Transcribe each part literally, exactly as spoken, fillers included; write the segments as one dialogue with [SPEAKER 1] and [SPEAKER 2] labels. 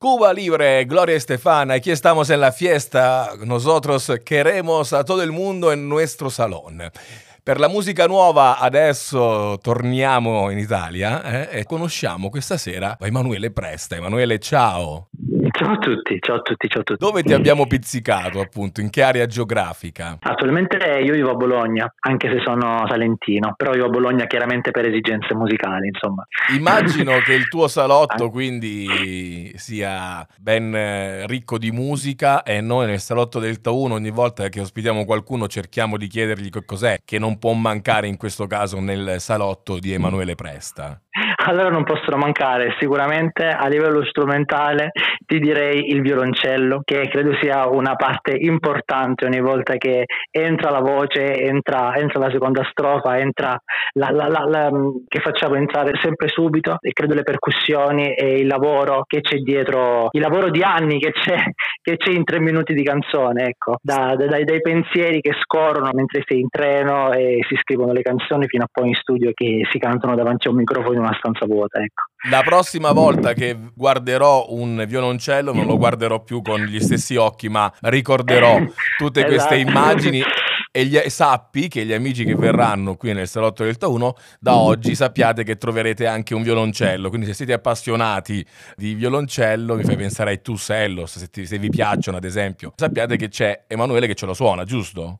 [SPEAKER 1] Cuba Libre, Gloria Estefan, aquí estamos en la fiesta, nosotros queremos a todo el mundo en nuestro salón. Per la musica nuova adesso torniamo in Italia eh, e conosciamo questa sera Emanuele Presta. Emanuele, ciao!
[SPEAKER 2] Ciao a tutti, ciao a tutti, ciao a tutti.
[SPEAKER 1] Dove ti abbiamo pizzicato, appunto? In che area geografica?
[SPEAKER 2] Attualmente io vivo a Bologna, anche se sono salentino, però vivo a Bologna chiaramente per esigenze musicali, insomma.
[SPEAKER 1] Immagino che il tuo salotto quindi sia ben ricco di musica e noi nel salotto del Tauno ogni volta che ospitiamo qualcuno cerchiamo di chiedergli che cos'è che non può mancare in questo caso nel salotto di Emanuele Presta.
[SPEAKER 2] Allora non possono mancare sicuramente a livello strumentale, ti direi il violoncello, che credo sia una parte importante ogni volta che entra la voce, entra, entra la seconda strofa, entra la, la, la, la, che facciamo entrare sempre subito, e credo le percussioni e il lavoro che c'è dietro, il lavoro di anni che c'è, che c'è in tre minuti di canzone, ecco, da, da, dai, dai pensieri che scorrono mentre sei in treno e si scrivono le canzoni fino a poi in studio che si cantano davanti a un microfono in una stanza vuota, ecco.
[SPEAKER 1] La prossima volta che guarderò un violoncello non lo guarderò più con gli stessi occhi, ma ricorderò tutte queste
[SPEAKER 2] Esatto.
[SPEAKER 1] immagini e gli, sappi che gli amici che verranno qui nel salotto del Tauno da oggi sappiate che troverete anche un violoncello, quindi se siete appassionati di violoncello mi fai pensare ai Tussello, se, ti, se vi piacciono ad esempio, sappiate che c'è Emanuele che ce lo suona, giusto?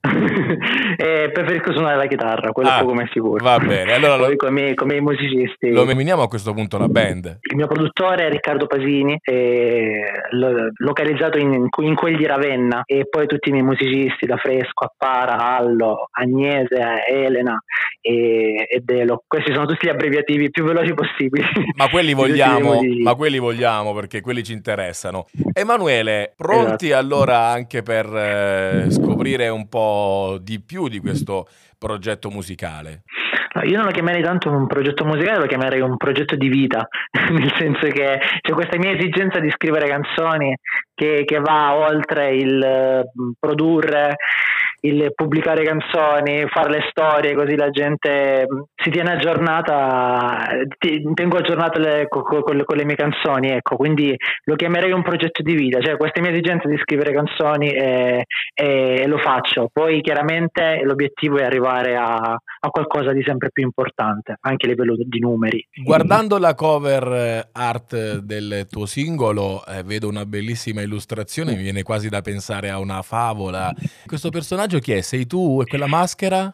[SPEAKER 2] Eh, preferisco suonare la chitarra, quello
[SPEAKER 1] ah,
[SPEAKER 2] è poco come sicuro.
[SPEAKER 1] Va bene, allora
[SPEAKER 2] poi
[SPEAKER 1] lo,
[SPEAKER 2] come, come i musicisti.
[SPEAKER 1] Lo nominiamo a questo punto la band.
[SPEAKER 2] Il mio produttore è Riccardo Pasini, è localizzato in, in quel di Ravenna, e poi tutti i miei musicisti da Fresco a Para, Allo, Agnese, Elena e, e Delo. Questi sono tutti gli abbreviativi più veloci possibili.
[SPEAKER 1] Ma quelli vogliamo, ma quelli vogliamo perché quelli ci interessano. Emanuele, pronti esatto. allora anche per eh, scoprire un po' di più di questo progetto musicale?
[SPEAKER 2] No, io non lo chiamerei tanto un progetto musicale, lo chiamerei un progetto di vita, nel senso che c'è questa mia esigenza di scrivere canzoni che, che va oltre il uh, produrre, il pubblicare canzoni, fare le storie, così la gente si tiene aggiornata, ti, tengo aggiornate le, con, con, le, con le mie canzoni, ecco, quindi lo chiamerei un progetto di vita, cioè questa mia esigenza di scrivere canzoni e, e lo faccio, poi chiaramente l'obiettivo è arrivare a, a qualcosa di sempre più importante, anche a livello di numeri.
[SPEAKER 1] Guardando la cover art del tuo singolo eh, vedo una bellissima illustrazione, mi viene quasi da pensare a una favola. Questo personaggio chi è? Sei tu e quella maschera?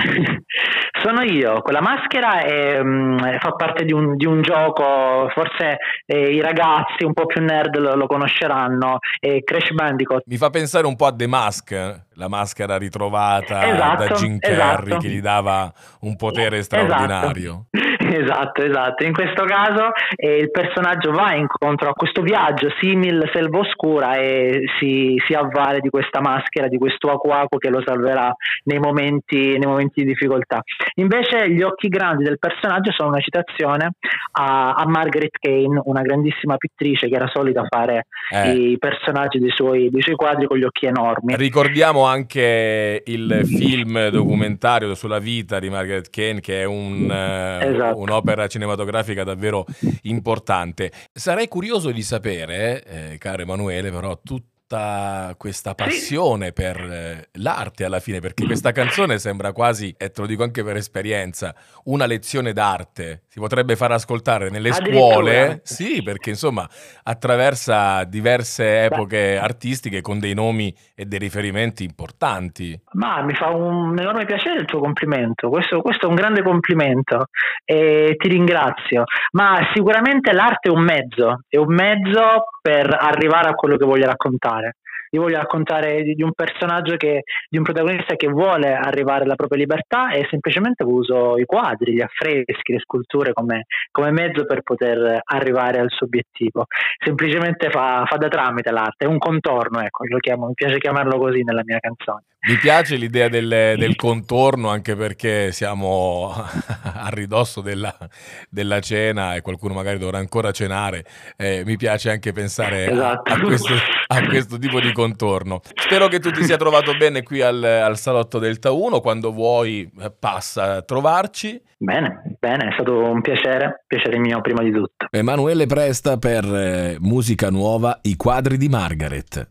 [SPEAKER 2] Sono io, quella maschera è, um, fa parte di un, di un gioco, forse eh, i ragazzi un po' più nerd lo, lo conosceranno, è Crash Bandicoot.
[SPEAKER 1] Mi fa pensare un po' a The Mask, la maschera ritrovata
[SPEAKER 2] esatto,
[SPEAKER 1] da Jim Carrey
[SPEAKER 2] esatto.
[SPEAKER 1] che gli dava un potere straordinario.
[SPEAKER 2] Esatto, esatto. In questo caso eh, il personaggio va incontro a questo viaggio simil selva oscura e si, si avvale di questa maschera, di questo aquaco che lo salverà nei momenti, nei momenti di difficoltà. Invece gli occhi grandi del personaggio sono una citazione a, a Margaret Kane, una grandissima pittrice che era solita fare eh. i personaggi dei suoi, dei suoi quadri con gli occhi enormi.
[SPEAKER 1] Ricordiamo anche il film documentario sulla vita di Margaret Kane, che è un, esatto. un'opera cinematografica davvero importante. Sarei curioso di sapere, eh, caro Emanuele, però tutta questa passione sì. per eh, l'arte alla fine, perché questa canzone sembra quasi, e te lo dico anche per esperienza, una lezione d'arte. Si potrebbe far ascoltare nelle scuole, sì, perché insomma attraversa diverse epoche Beh. artistiche con dei nomi e dei riferimenti importanti.
[SPEAKER 2] Ma mi fa un enorme piacere il tuo complimento, questo, questo è un grande complimento e ti ringrazio, ma sicuramente l'arte è un mezzo, è un mezzo per arrivare a quello che voglio raccontare. Io voglio raccontare di, di un personaggio che, di un protagonista che vuole arrivare alla propria libertà e semplicemente uso i quadri, gli affreschi, le sculture come, come mezzo per poter arrivare al suo obiettivo. Semplicemente fa, fa da tramite l'arte, è un contorno, ecco, lo chiamo, mi piace chiamarlo così nella mia canzone.
[SPEAKER 1] Mi piace l'idea del, del contorno, anche perché siamo a ridosso della, della cena e qualcuno magari dovrà ancora cenare. Eh, mi piace anche pensare
[SPEAKER 2] esatto.
[SPEAKER 1] a, a questo a questo tipo di contorno. Spero che tu ti sia trovato bene qui al, al Salotto del Tauno. Quando vuoi passa a trovarci.
[SPEAKER 2] Bene, bene, è stato un piacere, piacere mio prima di tutto.
[SPEAKER 3] Emanuele Presta per eh, Musica Nuova, I quadri di Margaret.